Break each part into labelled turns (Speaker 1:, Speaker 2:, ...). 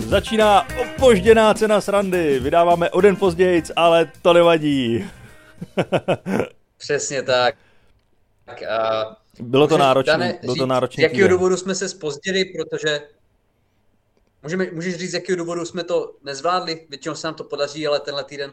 Speaker 1: Začíná opožděná cena srandy. Vydáváme o den pozdějc, ale to nevadí.
Speaker 2: Přesně tak.
Speaker 1: Bylo to náročné.
Speaker 2: Dane,
Speaker 1: Bylo to náročný.
Speaker 2: Z jakého důvodu jsme se zpozdili, protože můžeš říct, z jakého důvodu jsme to nezvládli? Většinou se nám to podaří, ale tenhle týden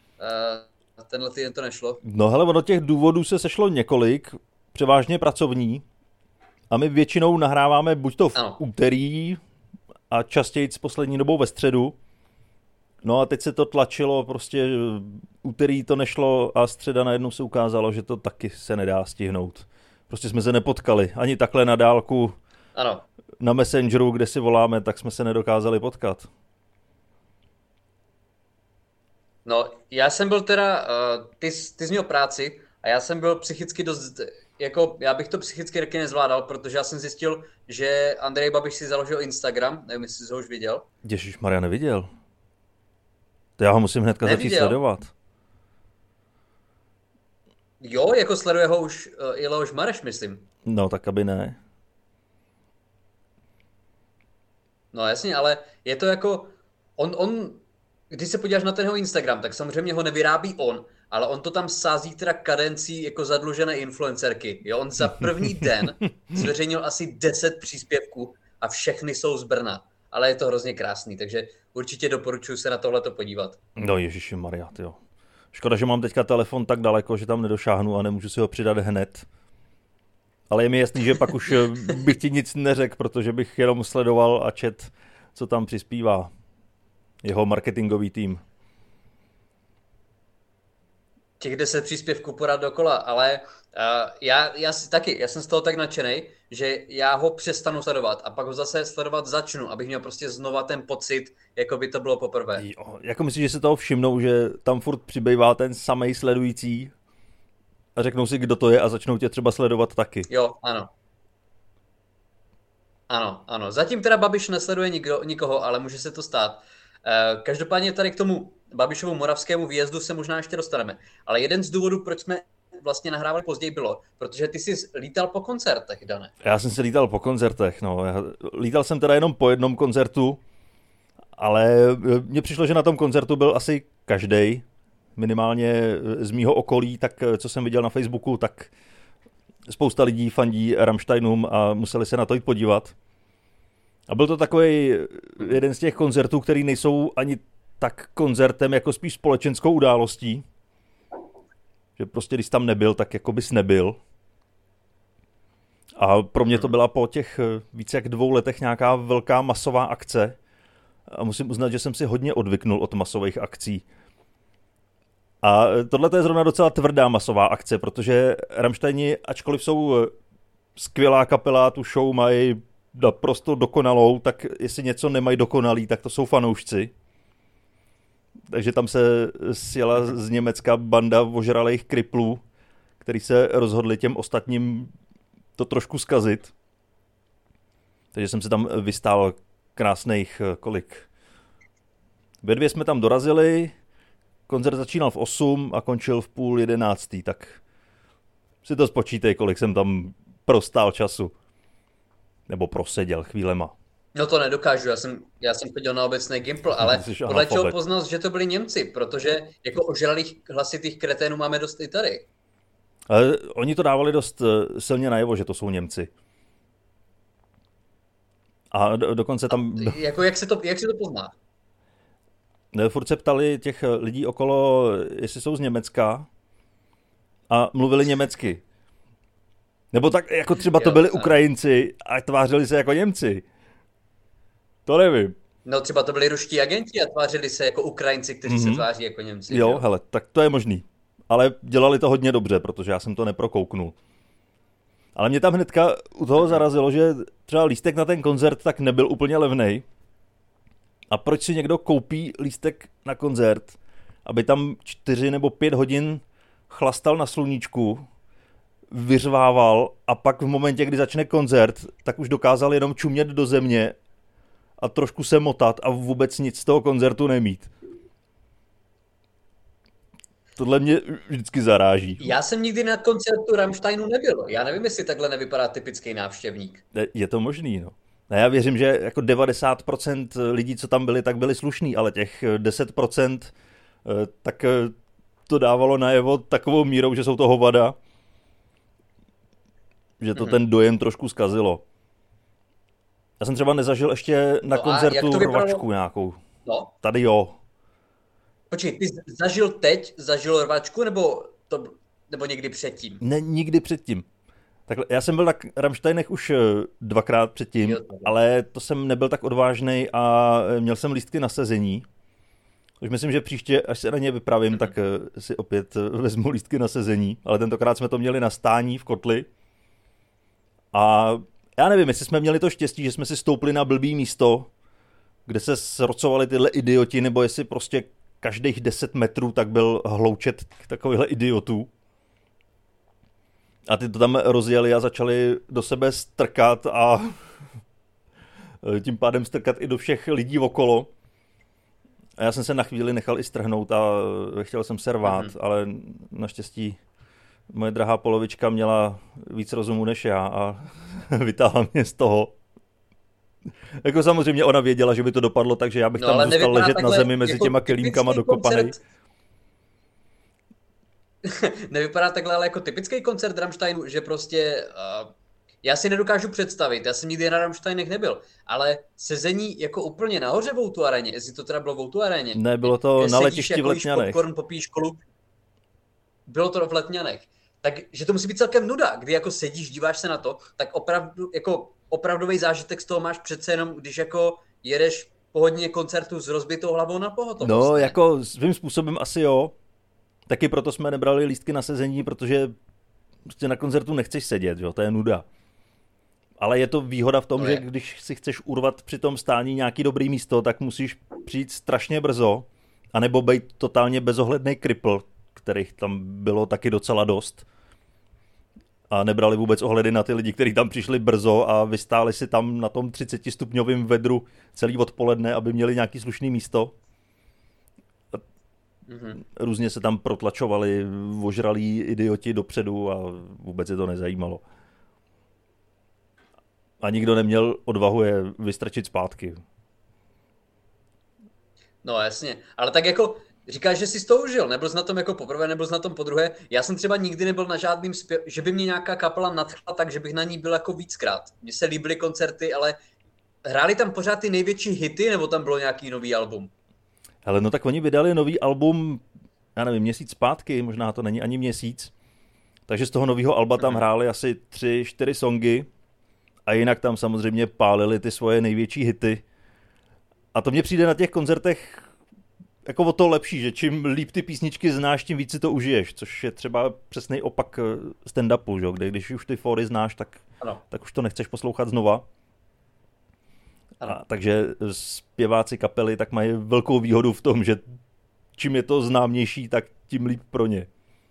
Speaker 2: to nešlo.
Speaker 1: No hele, ono těch důvodů se sešlo několik, převážně pracovní. A my většinou nahráváme buď to v úterý a častěji s poslední dobou ve středu. No a teď se to tlačilo, prostě úterý to nešlo a středa najednou se ukázalo, že to taky se nedá stihnout. Prostě jsme se nepotkali, ani takhle na dálku.
Speaker 2: Ano.
Speaker 1: Na Messengeru, kde si voláme, tak jsme se nedokázali potkat.
Speaker 2: No, já jsem byl teda, ty jsi měl práci a já jsem byl psychicky dost, jako já bych to psychicky taky nezvládal, protože já jsem zjistil, že Andrej Babiš si založil Instagram, nevím, jestli jsi ho už viděl.
Speaker 1: Ježišmarja, neviděl. To já ho musím hnedka začít sledovat.
Speaker 2: Jo, jako sleduje ho už i Leoš Mareš, myslím.
Speaker 1: No, tak aby ne.
Speaker 2: No jasně, ale je to jako, on když se podíváš na ten jeho Instagram, tak samozřejmě ho nevyrábí on, ale on to tam sází teda kadencí jako zadlužené influencerky. Jo, on za první den zveřejnil asi 10 příspěvků a všechny jsou z Brna. Ale je to hrozně krásný, takže určitě doporučuji se na tohleto podívat.
Speaker 1: No ježišimarja, jo. Škoda, že mám teďka telefon tak daleko, že tam nedošáhnu a nemůžu si ho přidat hned. Ale je mi jasný, že pak už bych ti nic neřekl, protože bych jenom sledoval a čet, co tam přispívá jeho marketingový tým.
Speaker 2: Těch 10 příspěvků pořád dokola, ale já jsem z toho tak nadšenej, že já ho přestanu sledovat a pak ho zase sledovat začnu, abych měl prostě znova ten pocit, jako by to bylo poprvé.
Speaker 1: Jo, jako myslíš, že se toho všimnou, že tam furt přibývá ten samej sledující a řeknou si, kdo to je a začnou tě třeba sledovat taky?
Speaker 2: Jo, ano. Ano. Zatím teda Babiš nesleduje nikoho, ale může se to stát. Každopádně tady k tomu Babišovu moravskému výjezdu se možná ještě dostaneme. Ale jeden z důvodů, proč jsme vlastně nahrávali později, bylo, protože ty jsi lítal po koncertech, Dane.
Speaker 1: Já jsem si lítal po koncertech, no. Lítal jsem teda jenom po jednom koncertu, ale mně přišlo, že na tom koncertu byl asi každej, minimálně z mýho okolí, tak co jsem viděl na Facebooku, tak spousta lidí fandí Rammsteinům a museli se na to jít podívat. A byl to takový jeden z těch koncertů, který nejsou ani tak koncertem, jako spíš společenskou událostí. Že prostě, když tam nebyl, tak jako bys nebyl. A pro mě to byla po těch více jak 2 letech nějaká velká masová akce. A musím uznat, že jsem si hodně odvyknul od masových akcí. A tohle je zrovna docela tvrdá masová akce, protože Rammsteini, ačkoliv jsou skvělá kapela, tu show mají naprosto dokonalou, tak jestli něco nemají dokonalý, tak to jsou fanoušci. Takže tam se sjela z Německa banda ožralých kriplů, který se rozhodli těm ostatním to trošku zkazit. Takže jsem se tam vystál krásných kolik. Ve 2 jsme tam dorazili, koncert začínal v 8 a končil v 10:30, tak si to spočítej, kolik jsem tam prostál času. Nebo proseděl chvílema.
Speaker 2: No to nedokážu, já jsem chodil na obecný Gimpl, ale podle čeho poznal, že to byli Němci, protože jako ožralých hlasitých kreténů máme dost i tady.
Speaker 1: Ale oni to dávali dost silně najevo, že to jsou Němci. A dokonce tam...
Speaker 2: Jako jak se to pozná?
Speaker 1: Furt se ptali těch lidí okolo, jestli jsou z Německa a mluvili německy. Nebo tak, jako třeba to byli Ukrajinci a tvářili se jako Němci. To nevím.
Speaker 2: No třeba to byli ruští agenti a tvářili se jako Ukrajinci, kteří se tváří jako Němci.
Speaker 1: Jo, hele, tak to je možný. Ale dělali to hodně dobře, protože já jsem to neprokouknul. Ale mě tam hnedka u toho zarazilo, že třeba lístek na ten koncert tak nebyl úplně levnej. A proč si někdo koupí lístek na koncert, aby tam 4 nebo 5 hodin chlastal na sluníčku, vyřvával a pak v momentě, kdy začne koncert, tak už dokázal jenom čumět do země a trošku se motat a vůbec nic z toho koncertu nemít. Tohle mě vždycky zaráží.
Speaker 2: Já jsem nikdy na koncertu Rammsteinu nebyl. Já nevím, jestli takhle nevypadá typický návštěvník.
Speaker 1: Je to možný, no. Ne, já věřím, že jako 90% lidí, co tam byli, tak byli slušní, ale těch 10% tak to dávalo najevo takovou mírou, že jsou to hovada, že to ten dojem trošku zkazilo. Já jsem třeba nezažil ještě na koncertu rvačku nějakou.
Speaker 2: No.
Speaker 1: Tady jo.
Speaker 2: Počkej, ty zažil rvačku, nebo někdy předtím?
Speaker 1: Ne, nikdy předtím. Takhle, já jsem byl na Rammsteinech už 2krát předtím, ale to jsem nebyl tak odvážnej a měl jsem lístky na sezení. Už myslím, že příště, až se na ně vypravím, tak si opět vezmu lístky na sezení. Ale tentokrát jsme to měli na stání v kotli. A já nevím, jestli jsme měli to štěstí, že jsme si stoupli na blbý místo, kde se srocovali tyhle idioti, nebo jestli prostě každých 10 metrů tak byl hloučet takovýchhle idiotů. A ty to tam rozjeli a začali do sebe strkat a tím pádem strkat i do všech lidí okolo. A já jsem se na chvíli nechal i strhnout a chtěl jsem se rvát, ale naštěstí moje drahá polovička měla víc rozumu než já a vytáhla mě z toho. Jako samozřejmě ona věděla, že by to dopadlo, takže já bych tam zůstal ležet takhle, na zemi mezi jako těma kelímkama dokopanej.
Speaker 2: Nevypadá takhle ale jako typický koncert Rammsteinu, že prostě... já si nedokážu představit, já jsem nikdy na Rammsteinech nebyl, ale sezení jako úplně nahoře v O2 aréně, jestli to teda bylo v O2 aréně.
Speaker 1: Ne, bylo to na letišti v Letňanech.
Speaker 2: Popcorn, popíš klub. Bylo to v Letňanech. Takže to musí být celkem nuda, kdy jako sedíš, díváš se na to, tak opravdu, jako opravdový zážitek z toho máš přece jenom, když jako jedeš po hodině koncertu s rozbitou hlavou na pohotovost.
Speaker 1: No, ne? Jako svým způsobem asi jo. Taky proto jsme nebrali lístky na sezení, protože prostě na koncertu nechceš sedět, jo, to je nuda. Ale je to výhoda v tom, že když si chceš urvat při tom stání nějaký dobrý místo, tak musíš přijít strašně brzo, anebo být totálně bezohledný kripl, kterých tam bylo taky docela dost. A nebrali vůbec ohledy na ty lidi, kteří tam přišli brzo a vystáli si tam na tom 30-stupňovém vedru celý odpoledne, aby měli nějaký slušný místo. Různě se tam protlačovali ožralí idioti dopředu a vůbec je to nezajímalo. A nikdo neměl odvahu je vystrčit zpátky.
Speaker 2: No jasně, ale tak jako říkáš, že jsi to užil, nebyl jsi na tom jako poprvé, nebyl jsi na tom podruhé. Já jsem třeba nikdy nebyl na žádným že by mě nějaká kapela nadchla tak, že bych na ní byl jako víckrát. Mně se líbily koncerty, ale hráli tam pořád ty největší hity, nebo tam bylo nějaký nový album?
Speaker 1: Ale no tak oni vydali nový album, já nevím, měsíc zpátky, možná to není ani měsíc. Takže z toho nového alba tam hráli asi 3-4 songy a jinak tam samozřejmě pálili ty svoje největší hity. A to mně přijde na těch koncertech jako o to lepší, že čím líp ty písničky znáš, tím víc si to užiješ, což je třeba přesnej opak stand-upu, že? Kde když už ty fóry znáš, tak už to nechceš poslouchat znova. Takže zpěváci kapely tak mají velkou výhodu v tom, že čím je to známější, tak tím líp pro ně.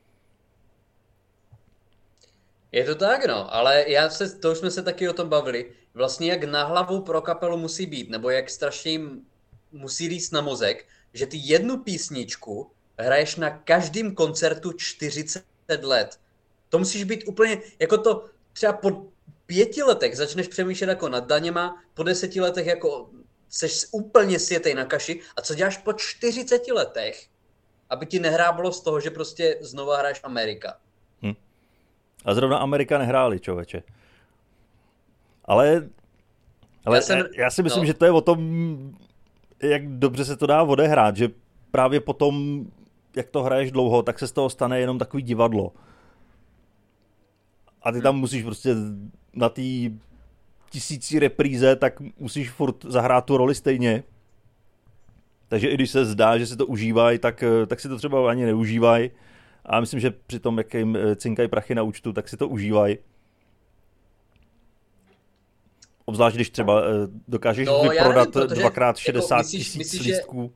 Speaker 2: Je to tak, no, ale to už jsme se taky o tom bavili. Vlastně jak na hlavu pro kapelu musí být, nebo jak strašně jim musí líst na mozek, že ty jednu písničku hraješ na každém koncertu 40 let. To musíš být úplně, jako to třeba po 5 letech začneš přemýšlet jako nad daněma, po 10 letech jako seš úplně sjetej na kaši a co děláš po 40 letech, aby ti nehráblo z toho, že prostě znova hraješ Amerika.
Speaker 1: A zrovna Amerika nehráli, člověče. Ale já si myslím, že to je o tom, jak dobře se to dá odehrát, že právě potom, jak to hraješ dlouho, tak se z toho stane jenom takový divadlo. A ty tam musíš prostě na té 1000 repríze, tak musíš furt zahrát tu roli stejně. Takže i když se zdá, že si to užívají, tak si to třeba ani neužívají. A myslím, že při tom, jak jim cinkají prachy na účtu, tak si to užívají. Obzvlášť, když třeba dokážeš vyprodat 2x60 tisíc lístků.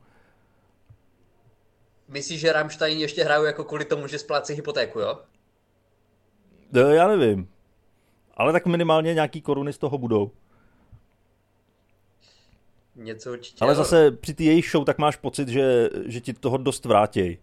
Speaker 2: Myslíš, že Rammstein ještě hrajou jako kvůli tomu, že splácí hypotéku, jo?
Speaker 1: No, já nevím. Ale tak minimálně nějaký koruny z toho budou.
Speaker 2: Něco určitě.
Speaker 1: Ale zase při té jejich show tak máš pocit, že ti toho dost vrátěj.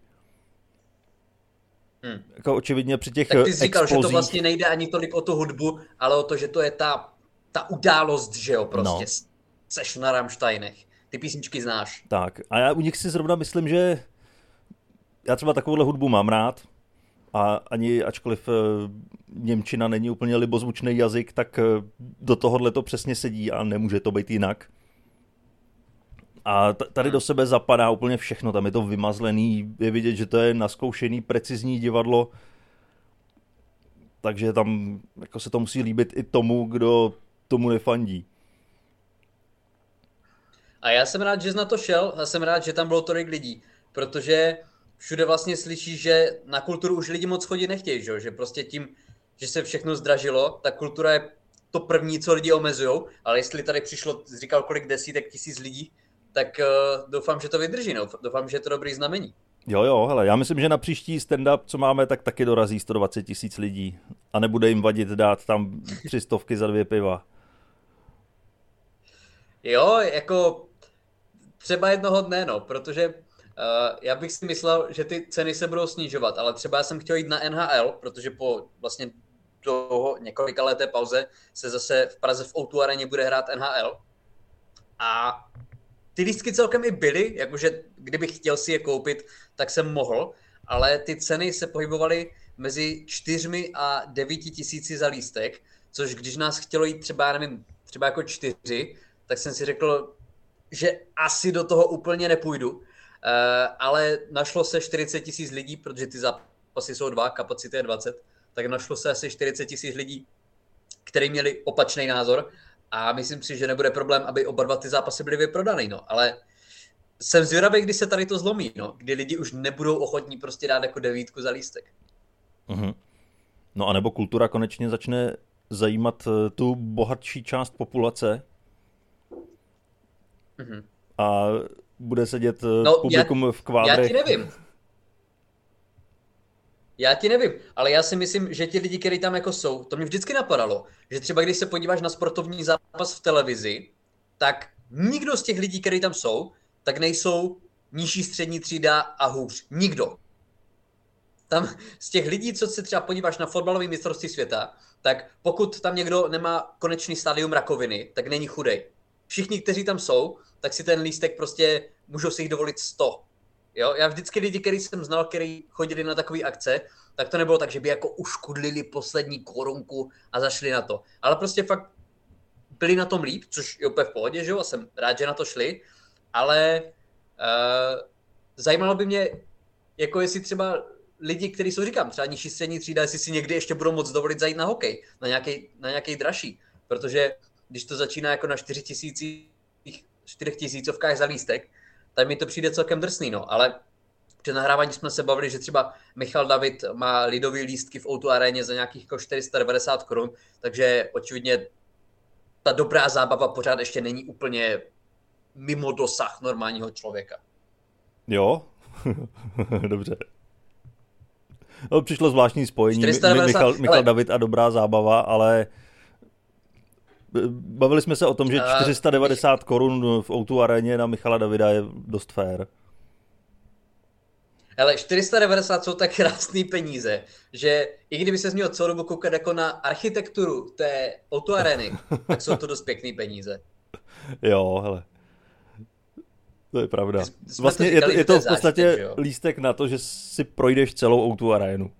Speaker 2: Jako
Speaker 1: očividně při těch
Speaker 2: tak ty jsi říkal, že to vlastně nejde ani tolik o tu hudbu, ale o to, že to je ta ta událost, že jo, prostě.
Speaker 1: No,
Speaker 2: Seš na Rammsteinech. Ty písničky znáš.
Speaker 1: tak. A já u nich si zrovna myslím, že já třeba takovouhle hudbu mám rád a ani ačkoliv němčina není úplně libozvučný jazyk, tak do tohohle to přesně sedí a nemůže to být jinak. A tady do sebe zapadá úplně všechno, tam je to vymazlený, je vidět, že to je naskoušený, precizní divadlo, takže tam jako se to musí líbit i tomu, kdo tomu nefandí.
Speaker 2: A já jsem rád, že jsi na to šel, já jsem rád, že tam bylo tolik lidí, protože všude vlastně slyšíš, že na kulturu už lidi moc chodit nechtějí, že prostě tím, že se všechno zdražilo, ta kultura je to první, co lidi omezujou, ale jestli tady přišlo, říkal kolik desítek tisíc lidí, tak doufám, že to vydrží, no. Doufám, že je to dobrý znamení.
Speaker 1: Jo, hele, já myslím, že na příští stand-up, co máme, tak taky dorazí 120 000 lidí a nebude jim vadit dát tam 300 za 2 piva.
Speaker 2: Jo, jako třeba jednoho dne, no, protože já bych si myslel, že ty ceny se budou snižovat, ale třeba já jsem chtěl jít na NHL, protože po vlastně několika leté pauze se zase v Praze v O2 areně bude hrát NHL. A ty lístky celkem i byly, jakože kdybych chtěl si je koupit, tak jsem mohl, ale ty ceny se pohybovaly mezi 4 a 9 tisíci za lístek, což když nás chtělo jít třeba, já nevím, třeba jako 4, tak jsem si řekl, že asi do toho úplně nepůjdu, ale našlo se 40 000 lidí, protože ty zápasy jsou 2, kapacity je 20, tak našlo se asi 40 000 lidí, kteří měli opačný názor a myslím si, že nebude problém, aby oba dva ty zápasy byly vyprodaný, no, ale jsem zvědavý, kdy se tady to zlomí, no, kdy lidi už nebudou ochotní prostě dát jako 9 za lístek.
Speaker 1: Mhm. No a nebo kultura konečně začne zajímat tu bohatší část populace a bude sedět publikum v kvádrech.
Speaker 2: Já ti nevím, ale já si myslím, že ti lidi, kteří tam jako jsou, to mě vždycky napadalo, že třeba když se podíváš na sportovní zápas v televizi, tak nikdo z těch lidí, kteří tam jsou, tak nejsou nižší střední třída a hůř. Nikdo. Tam z těch lidí, co se třeba podíváš na fotbalové mistrovství světa, tak pokud tam někdo nemá konečný stádium rakoviny, tak není chudej. Všichni, kteří tam jsou, tak si ten lístek prostě můžou si jich dovolit 100. Jo? Já vždycky lidi, který jsem znal, který chodili na takové akce, tak to nebylo tak, že by jako uškudlili poslední korunku a zašli na to. Ale prostě fakt byli na tom líp, což je úplně v pohodě, že jo? A jsem rád, že na to šli. Ale zajímalo by mě, jako jestli třeba lidi, kteří jsou, říkám, třeba nižší střední třída, jestli si někdy ještě budou moc dovolit zajít na hokej, na nějaký dražší. Protože když to začíná jako na 4 000 za lístek, tak mi to přijde celkem drsný, no. Ale před nahráváním jsme se bavili, že třeba Michal David má lidový lístky v O2 aréně za nějakých jako 490 korun, takže očividně ta dobrá zábava pořád ještě není úplně mimo dosah normálního člověka.
Speaker 1: Jo, dobře. No, přišlo zvláštní spojení,
Speaker 2: 490,
Speaker 1: Michal David a dobrá zábava, ale bavili jsme se o tom, že 490 korun v O2 aréně na Michala Davida je dost fér.
Speaker 2: Hele, 490 jsou tak krásný peníze, že i kdyby se měl celou dobu koukat jako na architekturu té O2 arény, tak jsou to dost pěkný peníze.
Speaker 1: Jo, hele. To je pravda. Vlastně je to v podstatě lístek na to, že si projdeš celou O2 arénu.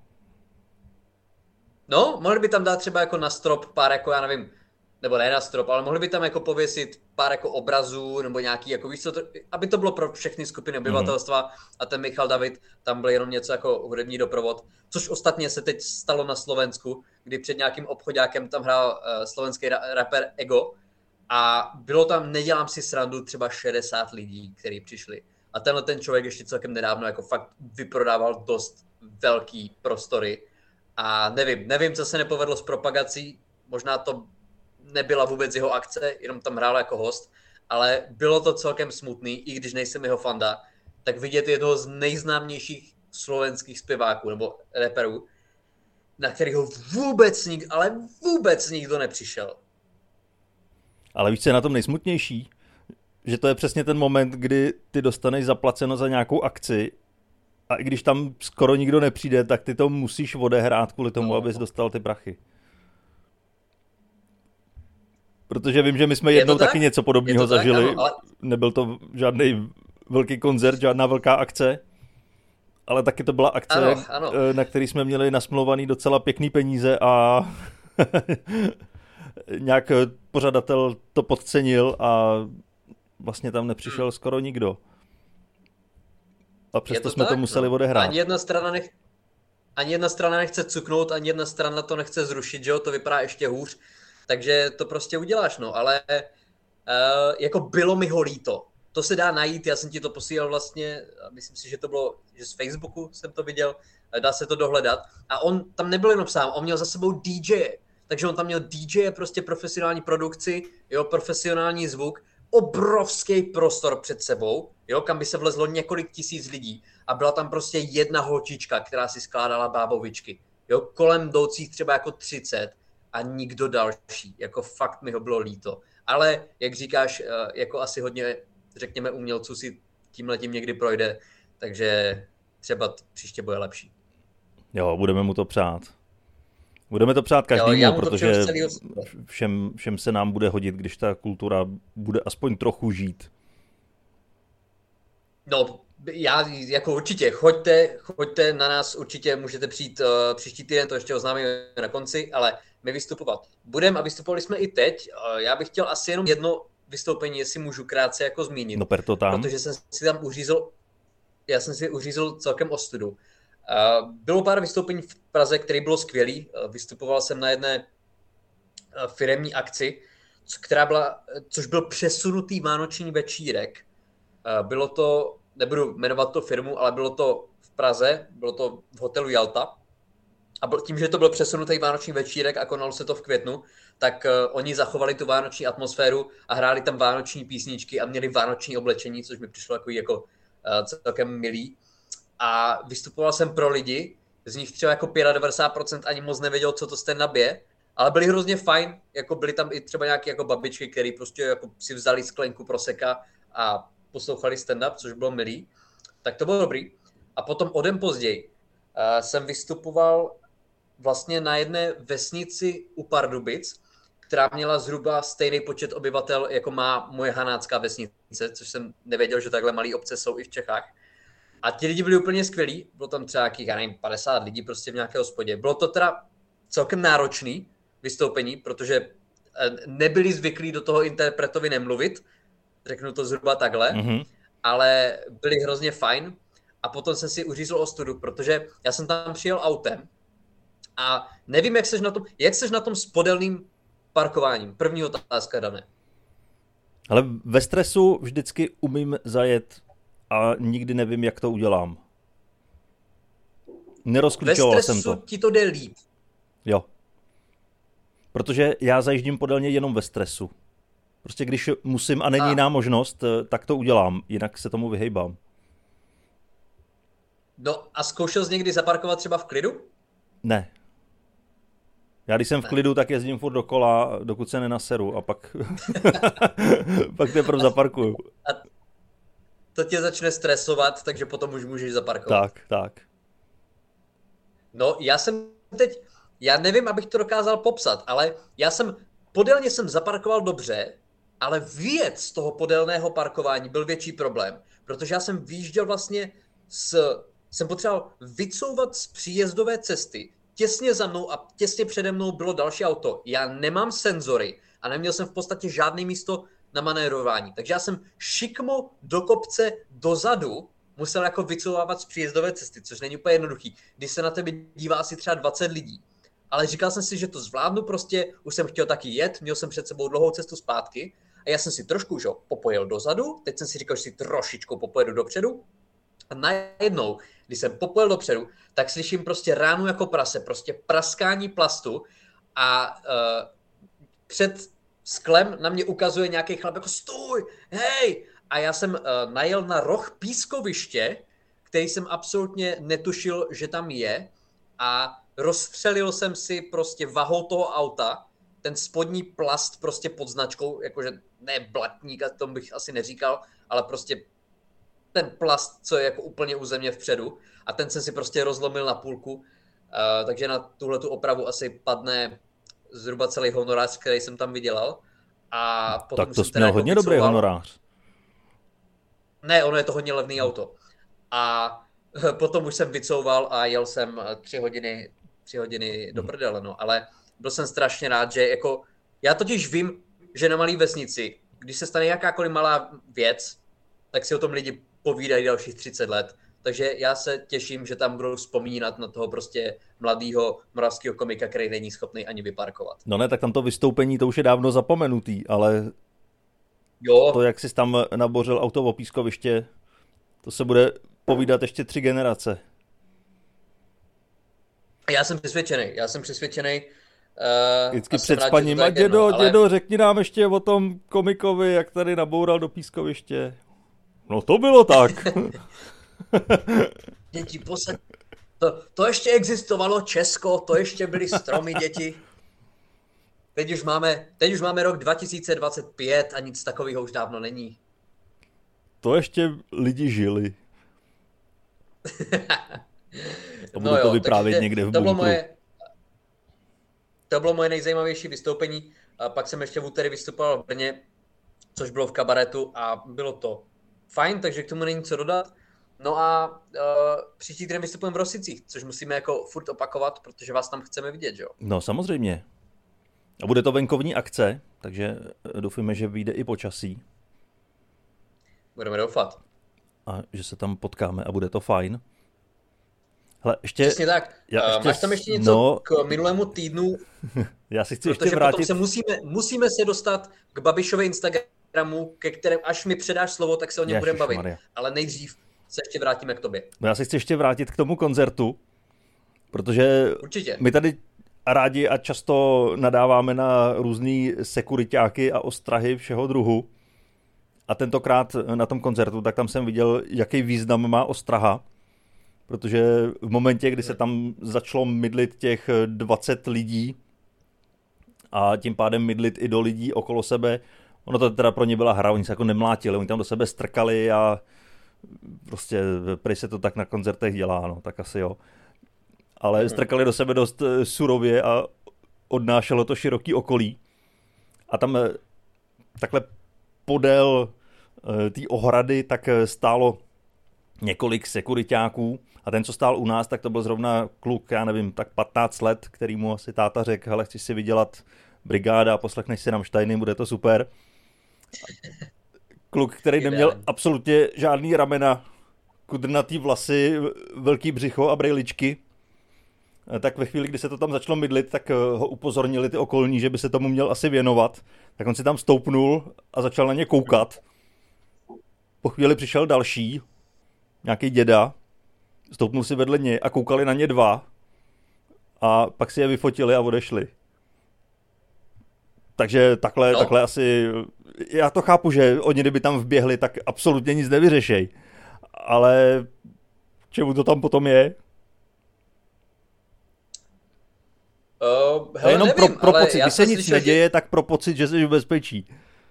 Speaker 2: No, mohli by tam dát třeba jako na strop pár jako, já nevím, nebo ne na strop, ale mohli by tam jako pověsit pár jako obrazů, nebo nějaký, jako víš co, aby to bylo pro všechny skupiny obyvatelstva a ten Michal David, tam byl jenom něco jako hudební doprovod, což ostatně se teď stalo na Slovensku, kdy před nějakým obchodákem tam hrál slovenský rapper Ego a bylo tam, nedělám si srandu, třeba 60 lidí, kteří přišli. A tenhle ten člověk ještě celkem nedávno jako fakt vyprodával dost velký prostory. A nevím, co se nepovedlo s propagací, možná to nebyla vůbec jeho akce, jenom tam hrál jako host, ale bylo to celkem smutný, i když nejsem jeho fanda, tak vidět jednoho z nejznámějších slovenských zpěváků nebo rapperů, na kterého vůbec nikdo nepřišel.
Speaker 1: Ale víš, co je na tom nejsmutnější? Že to je přesně ten moment, kdy ty dostaneš zaplaceno za nějakou akci a i když tam skoro nikdo nepřijde, tak ty to musíš odehrát kvůli tomu, abys dostal ty prachy. Protože vím, že my jsme jednou taky něco podobného zažili.
Speaker 2: Ano, ale...
Speaker 1: Nebyl to žádný velký koncert, žádná velká akce, ale taky to byla akce,
Speaker 2: ano.
Speaker 1: na který jsme měli nasmluvaný docela pěkný peníze a nějak pořadatel to podcenil a vlastně tam nepřišel skoro nikdo. A přesto jsme to museli odehrát.
Speaker 2: Ani jedna strana nechce cuknout, ani jedna strana to nechce zrušit, že jo, to vypadá ještě hůř, takže to prostě uděláš, no, ale jako bylo mi ho líto. To se dá najít, já jsem ti to posílal vlastně, myslím si, že to bylo, že z Facebooku jsem to viděl, dá se to dohledat. A on tam nebyl jenom sám, on měl za sebou DJ, takže on tam měl DJ, prostě profesionální produkci, jo, profesionální zvuk, obrovský prostor před sebou, jo, kam by se vlezlo několik tisíc lidí a byla tam prostě jedna holčička, která si skládala bábovičky, jo, kolem jdoucích třeba jako 30 a nikdo další, jako fakt mi ho bylo líto. Ale, jak říkáš, jako asi hodně, řekněme, umělců si tímhletím někdy projde, takže třeba příště bude lepší.
Speaker 1: Jo, budeme mu to přát. Budeme to přát každému, protože všem se nám bude hodit, když ta kultura bude aspoň trochu žít.
Speaker 2: No, já jako určitě, choďte na nás, určitě můžete přijít příští týden, to ještě oznámíme na konci, ale my vystupovat budeme a vystupovali jsme i teď. Já bych chtěl asi jenom jedno vystoupení, jestli můžu krátce jako zmínit.
Speaker 1: No per to tam.
Speaker 2: Protože jsem si tam uřízl celkem ostudu. Bylo pár vystoupení v Praze, které bylo skvělý. Vystupoval jsem na jedné firemní akci, což byl přesunutý vánoční večírek. Bylo to, nebudu jmenovat to firmu, ale bylo to v Praze, bylo to v hotelu Jalta. A tím, že to byl přesunutý vánoční večírek a konalo se to v květnu, tak oni zachovali tu vánoční atmosféru a hráli tam vánoční písničky a měli vánoční oblečení, což mi přišlo jako celkem milý. A vystupoval jsem pro lidi, z nich třeba jako 95% ani moc nevěděl, co to stand-up je, ale byli hrozně fajn, jako byli tam i třeba nějaké jako babičky, které prostě jako si vzali sklenku proseka a poslouchali stand-up, což bylo milý. Tak to bylo dobrý. A potom o den později jsem vystupoval vlastně na jedné vesnici u Pardubic, která měla zhruba stejný počet obyvatel, jako má moje hanácká vesnice, což jsem nevěděl, že takhle malé obce jsou i v Čechách. A ti lidi byli úplně skvělí, bylo tam třeba nějakých, já nevím, 50 lidí prostě v nějaké hospodě. Bylo to teda celkem náročný vystoupení, protože nebyli zvyklí do toho interpretovi nemluvit, řeknu to zhruba takhle, ale byli hrozně fajn. A potom jsem si uřízl ostudu, protože já jsem tam přijel autem a nevím, jak seš na tom s podélným parkováním. První otázka, Dané.
Speaker 1: Ale ve stresu vždycky umím zajet a nikdy nevím, jak to udělám. Nerozklíčoval jsem to.
Speaker 2: Ve stresu ti to jde líp.
Speaker 1: Jo. Protože já zajíždím podélně jenom ve stresu. Prostě když musím a není jiná možnost, tak to udělám. Jinak se tomu vyhejbám.
Speaker 2: No a zkoušel jsi někdy zaparkovat třeba v klidu?
Speaker 1: Ne. Já když jsem v klidu, tak jezdím furt dokola, dokud se nenaseru a pak pak teprve zaparkuju.
Speaker 2: A to tě začne stresovat, takže potom už můžeš zaparkovat.
Speaker 1: Tak.
Speaker 2: No já nevím, abych to dokázal popsat, ale podélně jsem zaparkoval dobře, ale vyjet z toho podélného parkování byl větší problém, protože já jsem vyjížděl vlastně jsem potřeboval vycouvat z příjezdové cesty. Těsně za mnou a těsně přede mnou bylo další auto. Já nemám senzory a neměl jsem v podstatě žádné místo na manévrování. Takže já jsem šikmo do kopce dozadu musel jako vycouvávat z příjezdové cesty, což není úplně jednoduchý, když se na tebe dívá asi třeba 20 lidí. Ale říkal jsem si, že to zvládnu prostě, už jsem chtěl taky jet, měl jsem před sebou dlouhou cestu zpátky a já jsem si trošku už popojel dozadu, teď jsem si říkal, že si trošičku popojedu dopředu a najednou, když jsem popojel dopředu, tak slyším prostě ránu jako prase, prostě praskání plastu a před sklem na mě ukazuje nějaký chlap jako stůj, hej! A já jsem najel na roh pískoviště, který jsem absolutně netušil, že tam je a rozstřelil jsem si prostě vahou toho auta ten spodní plast prostě pod značkou, jakože ne blatník, to bych asi neříkal, ale prostě ten plast, co je jako úplně u země vpředu a ten jsem si prostě rozlomil na půlku, takže na tuhletu opravu asi padne zhruba celý honorář, který jsem tam vydělal A potom
Speaker 1: Tak to
Speaker 2: jsem
Speaker 1: jsi měl
Speaker 2: jako
Speaker 1: hodně dobrý honorář.
Speaker 2: Ne, ono je to hodně levný auto. A potom už jsem vycouval a jel jsem 3 hodiny do prdele, no. Ale byl jsem strašně rád, že jako, já totiž vím, že na malé vesnici, když se stane jakákoliv malá věc, tak si o tom lidi povídají dalších 30 let. Takže já se těším, že tam budou vzpomínat na toho prostě mladého moravského komika, který není schopný ani vyparkovat.
Speaker 1: No ne, tak tam to vystoupení, to už je dávno zapomenutý, ale
Speaker 2: Jo.
Speaker 1: to, jak jsi tam nabořil auto o pískoviště, to se bude povídat ještě 3 generace.
Speaker 2: Já jsem přesvědčený.
Speaker 1: Vždycky před spaním, a dědo, řekni nám ještě o tom komikovi, jak tady naboural do pískoviště. No to bylo tak.
Speaker 2: Děti, to ještě existovalo Česko, to ještě byly stromy, děti. Teď už máme rok 2025 a nic takového už dávno není.
Speaker 1: To ještě lidi žili. A budu to vyprávět někde v bunkru.
Speaker 2: To bylo moje nejzajímavější vystoupení. A pak jsem ještě v úterý vystupoval v Brně, což bylo v kabaretu a bylo to fajn, takže k tomu není co dodat. No a příští týden vystupujeme v Rosicích, což musíme jako furt opakovat, protože vás tam chceme vidět, jo?
Speaker 1: No samozřejmě. A bude to venkovní akce, takže doufíme, že vyjde i počasí.
Speaker 2: Budeme doufat.
Speaker 1: A že se tam potkáme a bude to fajn. Hele, ještě...
Speaker 2: Přesně tak. Máš tam ještě něco k minulému týdnu?
Speaker 1: Já si chci ještě vrátit...
Speaker 2: Potom musíme se dostat k Babišově Instagramu, ke kterém, až mi předáš slovo, tak se o něm budeme bavit.
Speaker 1: Maria.
Speaker 2: Ale nejdřív se ještě vrátíme k tobě.
Speaker 1: No já se chci ještě vrátit k tomu koncertu, protože
Speaker 2: určitě.
Speaker 1: My tady rádi a často nadáváme na různý sekuriťáky a ostrahy všeho druhu. A tentokrát na tom koncertu, tak tam jsem viděl, jaký význam má ostraha. Protože v momentě, kdy se tam začalo mydlit těch 20 lidí a tím pádem mydlit i do lidí okolo sebe, ono to teda pro ně byla hra, oni se jako nemlátili, oni tam do sebe strkali a prostě prej se to tak na koncertech dělá, no, tak asi jo. Ale strkali do sebe dost surově a odnášelo to široký okolí. A tam takhle podél té ohrady tak stálo několik sekuriťáků a ten, co stál u nás, tak to byl zrovna kluk, já nevím, tak 15 let, který mu asi táta řekl, hele, chci si vydělat brigáda, poslechneš si Rammsteiny, bude to super. Kluk, který neměl absolutně žádný ramena, kudrnatý vlasy, velký břicho a brejličky, tak ve chvíli, kdy se to tam začalo mydlit, tak ho upozornili ty okolní, že by se tomu měl asi věnovat, tak on si tam stoupnul a začal na ně koukat. Po chvíli přišel další, nějaký děda, stoupnul si vedle něj a koukali na ně 2 a pak si je vyfotili a odešli. Takže takhle asi, já to chápu, že oni kdyby tam vběhli, tak absolutně nic nevyřešej. Ale čemu to tam potom je?
Speaker 2: Hele,
Speaker 1: jenom
Speaker 2: nevím,
Speaker 1: pro pocit, když se nic neděje,
Speaker 2: že...
Speaker 1: tak pro pocit, že jsi v bezpečí.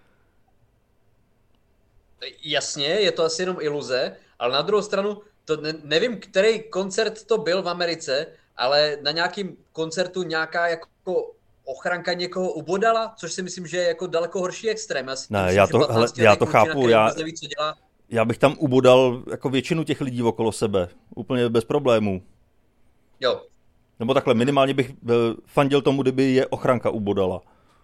Speaker 2: Jasně, je to asi jenom iluze, ale na druhou stranu, to nevím, který koncert to byl v Americe, ale na nějakým koncertu nějaká jako ochranka někoho ubodala, což si myslím, že je jako daleko horší extrém.
Speaker 1: Já to chápu, já bych tam ubodal jako většinu těch lidí okolo sebe, úplně bez problémů.
Speaker 2: Jo.
Speaker 1: Nebo takhle, minimálně bych fandil tomu, kdyby je ochranka ubodala.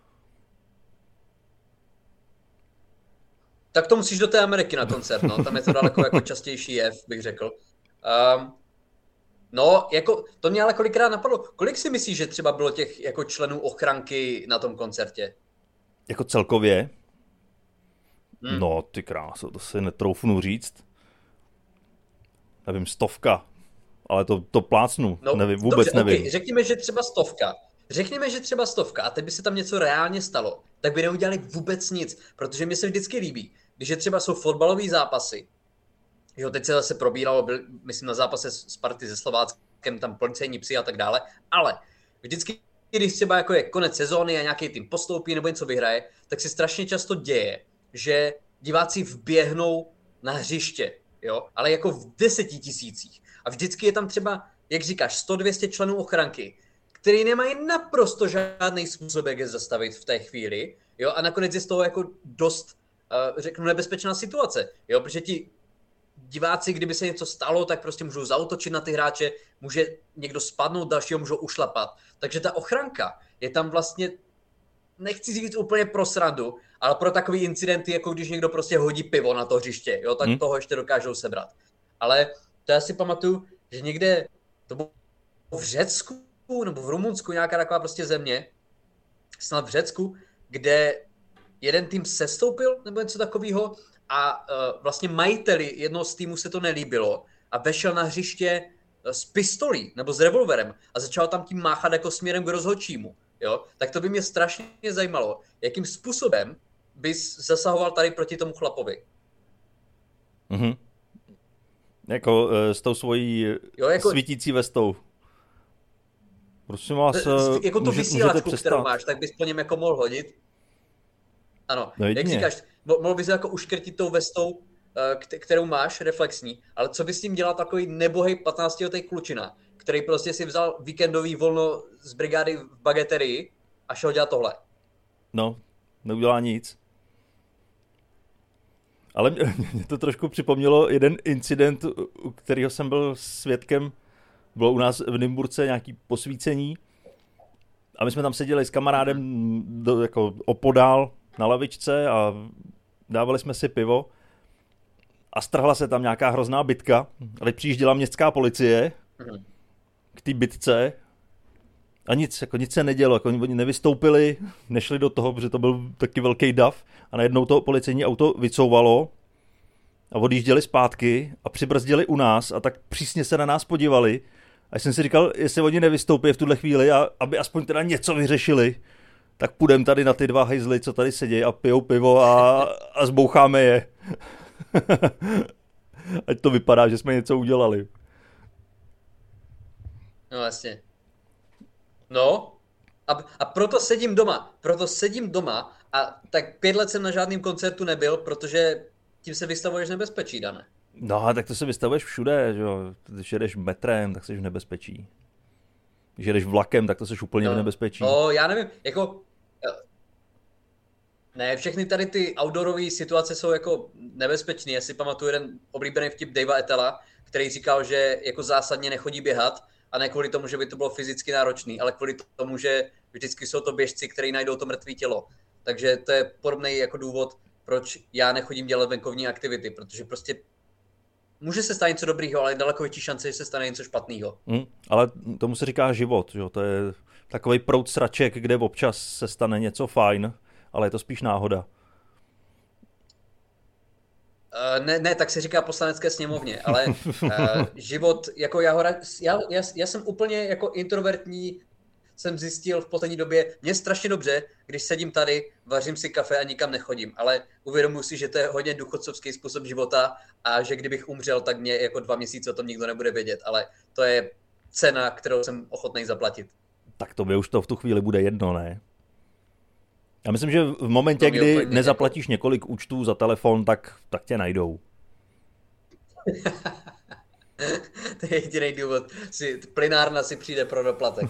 Speaker 2: Tak to musíš do té Ameriky na koncert, no. Tam je to daleko jako častější jev, bych řekl. No, jako, to mě ale kolikrát napadlo. Kolik si myslíš, že třeba bylo těch jako členů ochranky na tom koncertě?
Speaker 1: Jako celkově? No, ty kráso, to si netroufnu říct. Nevím, 100, ale to plácnu, no, nevím, vůbec
Speaker 2: dobře,
Speaker 1: nevím.
Speaker 2: Okay. Řekněme, že třeba 100 a teď by se tam něco reálně stalo, tak by neudělali vůbec nic, protože mi se vždycky líbí, když je třeba jsou fotbalové zápasy, jo, teď se zase probíralo, myslím na zápase Sparty se Slováckem, tam policejní psi a tak dále, ale vždycky, když třeba jako je konec sezóny a nějaký tým postoupí nebo něco vyhraje, tak se strašně často děje, že diváci vběhnou na hřiště, jo, ale jako v 10 000. A vždycky je tam třeba, jak říkáš, 100-200 členů ochranky, který nemají naprosto žádný způsob, jak je zastavit v té chvíli. Jo, a nakonec je z toho jako dost, řeknu, nebezpečná situace, jo, protože ti diváci, kdyby se něco stalo, tak prostě můžou zaútočit na ty hráče, může někdo spadnout, dalšího můžou ušlapat. Takže ta ochranka je tam vlastně, nechci říct úplně pro srandu, ale pro takový incidenty, jako když někdo prostě hodí pivo na to hřiště, jo, tak toho ještě dokážou sebrat. Ale to já si pamatuju, že někde, to bylo v Řecku, nebo v Rumunsku, nějaká taková prostě země, snad v Řecku, kde jeden tým sestoupil, nebo něco takového, a vlastně majiteli jednoho z týmu se to nelíbilo a vešel na hřiště s pistolí nebo s revolverem a začal tam tím máchat jako směrem k rozhodčímu. Jo? Tak to by mě strašně zajímalo, jakým způsobem bys zasahoval tady proti tomu chlapovi.
Speaker 1: Mhm. Jako s tou svojí svítící vestou. Prosím vás,
Speaker 2: jako tu vysílačku, kterou máš, tak bys po něm jako mohl hodit. Ano, no jak říkáš, mohl bys jako uškrtit tou vestou, kterou máš, reflexní, ale co bys s tím dělal takový nebohej 15letý klučina, který prostě si vzal víkendový volno z brigády v bageterii a šel dělat tohle?
Speaker 1: No, neudělá nic. Ale mě to trošku připomnělo jeden incident, u kterého jsem byl svědkem. Bylo u nás v Nymburce nějaký posvícení a my jsme tam seděli s kamarádem jako opodál na lavičce a dávali jsme si pivo a strhla se tam nějaká hrozná bitka. Ale přijížděla městská policie k té bitce a nic se nedělo. Jako oni nevystoupili, nešli do toho, protože to byl taky velký dav a najednou to policejní auto vycouvalo a odjížděli zpátky a přibrzdili u nás a tak přísně se na nás podívali. A jsem si říkal, jestli oni nevystoupí v tuhle chvíli a aby aspoň teda něco vyřešili, tak půjdem tady na ty dva hejzly, co tady sedějí a pijou pivo a zboucháme je. Ať to vypadá, že jsme něco udělali.
Speaker 2: No vlastně. No a proto sedím doma a tak 5 let jsem na žádném koncertu nebyl, protože tím se vystavuješ nebezpečí, Dane.
Speaker 1: No, tak to se vystavuješ všude, že jo. Když jedeš metrem, tak jsi v nebezpečí. Když jedeš vlakem, tak to jsi úplně v nebezpečí.
Speaker 2: No, já nevím, jako... Ne, všechny tady ty outdoorové situace jsou jako nebezpečné. Já si pamatuju jeden oblíbený vtip Davea Ettela, který říkal, že jako zásadně nechodí běhat a ne kvůli tomu, že by to bylo fyzicky náročný, ale kvůli tomu, že vždycky jsou to běžci, kteří najdou to mrtvé tělo. Takže to je podobný jako důvod, proč já nechodím dělat venkovní aktivity, protože prostě může se stát něco dobrýho, ale je daleko větší šance, že se stane něco špatného.
Speaker 1: Ale tomu se říká život, že? To je takovej proud sraček, kde občas se stane něco fajn, ale je to spíš náhoda.
Speaker 2: Ne, tak se říká Poslanecké sněmovně, ale život, jako já jsem úplně jako introvertní, jsem zjistil v poslední době, mě strašně dobře, když sedím tady, vařím si kafe a nikam nechodím, ale uvědomuji si, že to je hodně důchodcovský způsob života a že kdybych umřel, tak mě jako 2 měsíce o tom nikdo nebude vědět, ale to je cena, kterou jsem ochotný zaplatit.
Speaker 1: Tak to by už to v tu chvíli bude jedno, ne? Já myslím, že v momentě, kdy nezaplatíš několik účtů za telefon, tak tak tě najdou.
Speaker 2: To je jediný důvod. Plynárna si přijde pro doplatek.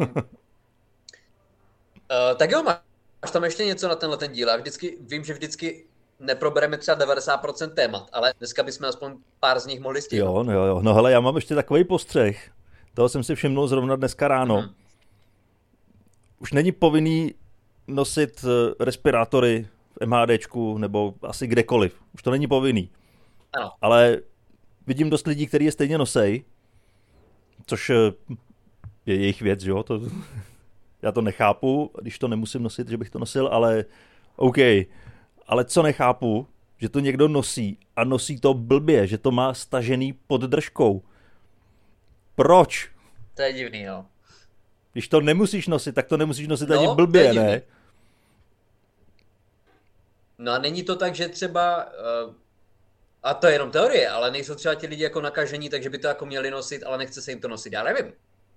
Speaker 2: Tak jo, máš tam ještě něco na tenhle ten díl? Já vím, že vždycky neprobereme třeba 90% témat, ale dneska bychom aspoň pár z nich mohli stihnout.
Speaker 1: Jo. No hele, já mám ještě takový postřeh. Toho jsem si všimnul zrovna dneska ráno. Už není povinný nosit respirátory v MHDčku nebo asi kdekoliv. Už to není povinný.
Speaker 2: Ano.
Speaker 1: Ale vidím dost lidí, kteří je stejně nosej, což je jejich věc, že jo? Já to nechápu, když to nemusím nosit, že bych to nosil, ale OK. Ale co nechápu, že to někdo nosí a nosí to blbě, že to má stažený pod držkou. Proč?
Speaker 2: To je divný, jo.
Speaker 1: Když to nemusíš nosit, tak to nemusíš nosit ani blbě, ne?
Speaker 2: No a není to tak, že třeba, a to je jenom teorie, ale nejsou třeba ti lidi jako nakažení, takže by to jako měli nosit, ale nechce se jim to nosit, já nevím.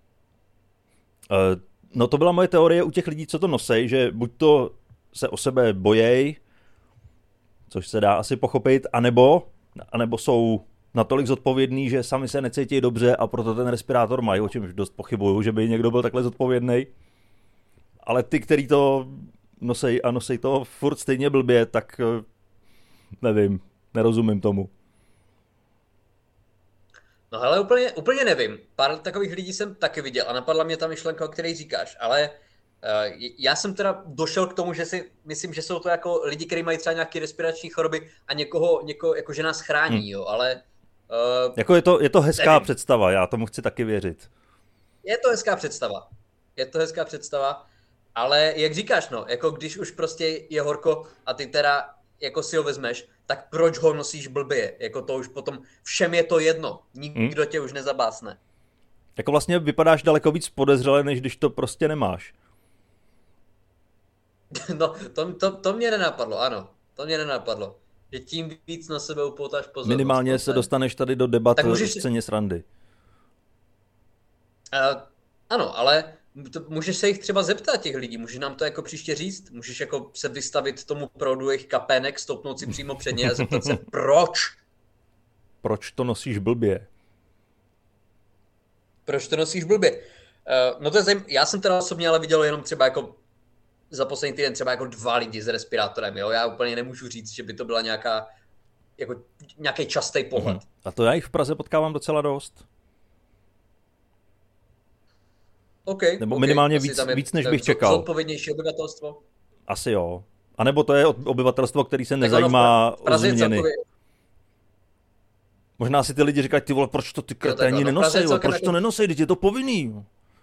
Speaker 1: No to byla moje teorie u těch lidí, co to nosej, že buď to se o sebe bojej, což se dá asi pochopit, anebo jsou natolik zodpovědný, že sami se necítí dobře a proto ten respirátor mají, o čemž dost pochybuju, že by někdo byl takhle zodpovědný. Ale ty, který to nosej to furt stejně blbě, tak nevím, nerozumím tomu.
Speaker 2: No hele, úplně nevím. Pár takových lidí jsem taky viděl a napadla mě ta myšlenka, o které říkáš, ale já jsem teda došel k tomu, že si myslím, že jsou to jako lidi, kteří mají třeba nějaké respirační choroby a někoho jako že nás chrání, jo, ale...
Speaker 1: Jako je to hezká nevím. Představa, já tomu chci taky věřit.
Speaker 2: Je to hezká představa, ale jak říkáš, no, jako když už prostě je horko a ty teda jako si ho vezmeš, tak proč ho nosíš blbě? Jako to už potom všem je to jedno. Nikdo tě už nezabásne.
Speaker 1: Jako vlastně vypadáš daleko víc podezřele, než když to prostě nemáš.
Speaker 2: No, to mě nenapadlo, ano. To mě nenapadlo. Že tím víc na sebe upoutáš pozornost.
Speaker 1: Minimálně se dostaneš tady do debat v scéně srandy.
Speaker 2: Ano, ale můžeš se jich třeba zeptat těch lidí, můžeš nám to jako příště říct, můžeš jako se vystavit tomu proudu jejich kapének, stoupnout si přímo před ně a zeptat se, proč?
Speaker 1: Proč to nosíš blbě?
Speaker 2: Proč to nosíš blbě? No to je zajímavé, já jsem teda osobně ale viděl jenom třeba jako za poslední týden třeba jako 2 lidi s respirátorem, jo, já úplně nemůžu říct, že by to byla nějaký častý pohled.
Speaker 1: A to já jich v Praze potkávám docela dost. Nebo minimálně víc, než bych čekal.
Speaker 2: Zodpovědnější obyvatelstvo?
Speaker 1: Asi jo. A nebo to je obyvatelstvo, který se nezajímá o změny. Možná si ty lidi říkají, ty vole, proč to ty kreténi nenosej, proč to nenosej, teď je to povinný.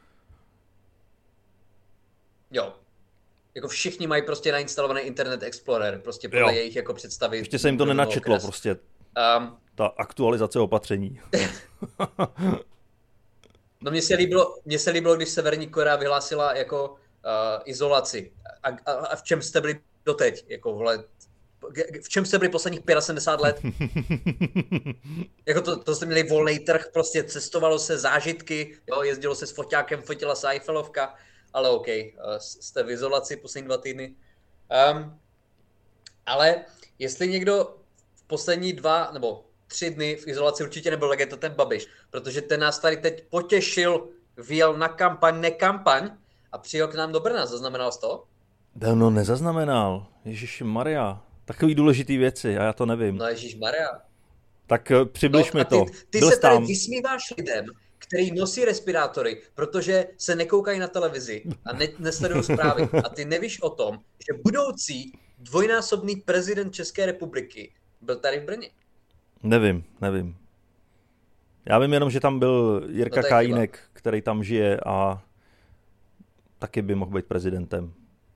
Speaker 2: Jo. Jako všichni mají prostě nainstalovaný Internet Explorer, prostě podle jejich jako představy.
Speaker 1: Ještě se jim to nenačetlo prostě, ta aktualizace opatření.
Speaker 2: No mně se líbilo, když Severní Korea vyhlásila jako izolaci. A v čem jste byli doteď? Jako, vole, v čem jste byli posledních 75 let? Jako to jste měli volný trh, prostě cestovalo se, zážitky, jo, jezdilo se s foťákem, fotila se Eiffelovka, ale OK, jste v izolaci poslední 2 týdny. Ale jestli někdo v poslední 2 nebo 3 dny v izolaci určitě nebyl, tak je to ten Babiš, protože ten nás tady teď potěšil, vyjel na kampaň, nekampaň a přijel k nám do Brna. Zaznamenal jsi to?
Speaker 1: No, nezaznamenal. Ježišmarja. Takový důležitý věci a já to nevím.
Speaker 2: No ježišmarja.
Speaker 1: Tak přibliž mi to.
Speaker 2: Ty se tady vysmíváš lidem, který nosí respirátory, protože se nekoukají na televizi a nesledují zprávy. A ty nevíš o tom, že budoucí dvojnásobný prezident České republiky byl tady v Brně.
Speaker 1: Nevím. Já vím jenom, že tam byl Jirka Kajínek, který tam žije a taky by mohl být prezidentem.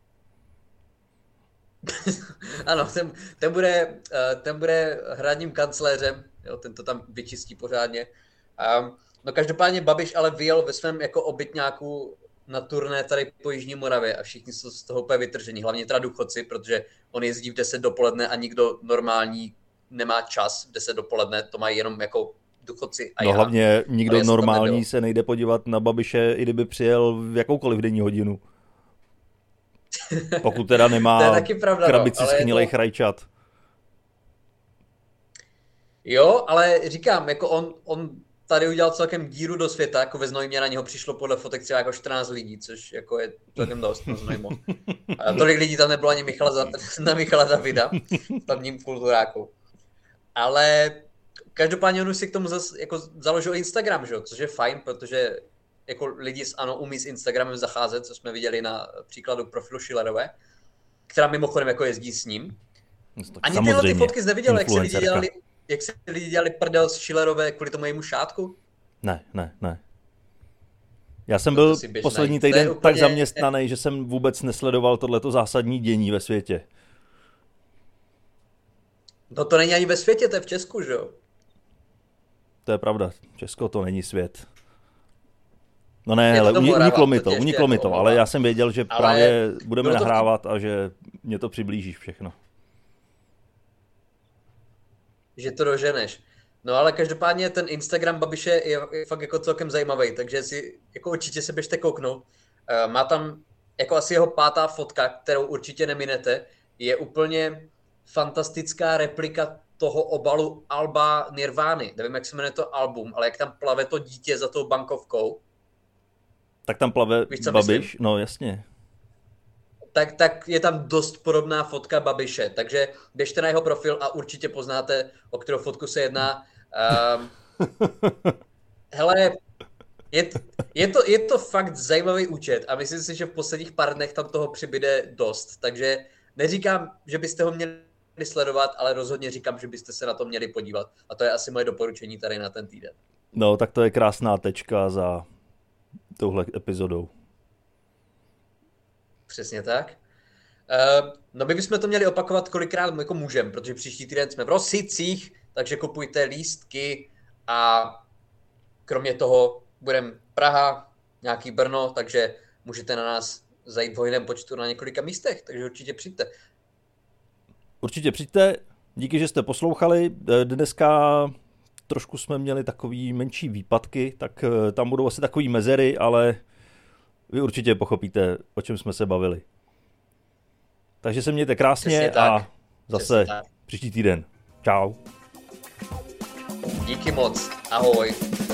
Speaker 2: Ano, ten bude hradním kancléřem, jo, ten to tam vyčistí pořádně. No každopádně Babiš ale vyjel ve svém jako obytňáku na turné tady po Jižní Moravě a všichni jsou z toho úplně vytržení, hlavně teda důchodci, protože on jezdí v 10 dopoledne a nikdo normální nemá čas v 10 dopoledne, to mají jenom jako důchodci a
Speaker 1: já. No hlavně nikdo normální se nejde podívat na Babiše, i kdyby přijel v jakoukoliv denní hodinu. Pokud teda nemá krabici schnilejch rajčat.
Speaker 2: Jo, ale říkám, jako on tady udělal celkem díru do světa, jako ve Znojmě na něho přišlo podle fotek třeba jako 14 lidí, což jako je celkem dost na Znojmo. A tolik lidí tam nebylo ani na Michala Davida, v tamním kulturáku. Ale každopádně on už si k tomu jako založil Instagram, že? Což je fajn, protože jako lidi z ANO umí s Instagramem zacházet, co jsme viděli na příkladu profilu Schillerové, která mimochodem jako jezdí s ním. Ani tyhle ty fotky jsi neviděl, jak se lidi dělali prdel z Schillerové kvůli tomu jejímu šátku?
Speaker 1: Ne. Já jsem byl poslední týden tak zaměstnaný, že jsem vůbec nesledoval tohleto zásadní dění ve světě.
Speaker 2: No to není ani ve světě, to je v Česku, že jo?
Speaker 1: To je pravda, Česko to není svět. No ne, hele, uniklo mi to, ale já jsem věděl, že právě budeme nahrávat a že mě to přiblížíš všechno. Že
Speaker 2: to doženeš. No ale každopádně ten Instagram Babiše je fakt jako celkem zajímavý, takže si jako určitě se běžte kouknout. Má tam jako asi jeho 5. fotka, kterou určitě neminete, je úplně fantastická replika toho obalu alba Nirvány. Nevím, jak se jmenuje to album, ale jak tam plave to dítě za tou bankovkou.
Speaker 1: Tak tam plave Babiš? No jasně.
Speaker 2: tak je tam dost podobná fotka Babiše. Takže běžte na jeho profil a určitě poznáte, o kterou fotku se jedná. Hele, je to fakt zajímavý účet a myslím si, že v posledních pár dnech tam toho přibyde dost. Takže neříkám, že byste ho měli sledovat, ale rozhodně říkám, že byste se na to měli podívat. A to je asi moje doporučení tady na ten týden.
Speaker 1: No, tak to je krásná tečka za touhle epizodou.
Speaker 2: Přesně tak. No my bychom to měli opakovat kolikrát jako můžeme, protože příští týden jsme v Rosicích, takže kupujte lístky a kromě toho budeme Praha, nějaký Brno, takže můžete na nás zajít v hojném počtu na několika místech, takže určitě přijďte.
Speaker 1: Určitě přijďte, díky, že jste poslouchali. Dneska trošku jsme měli takový menší výpadky, tak tam budou asi takový mezery, ale vy určitě pochopíte, o čem jsme se bavili. Takže se mějte krásně a zase příští týden. Čau.
Speaker 2: Díky moc. Ahoj.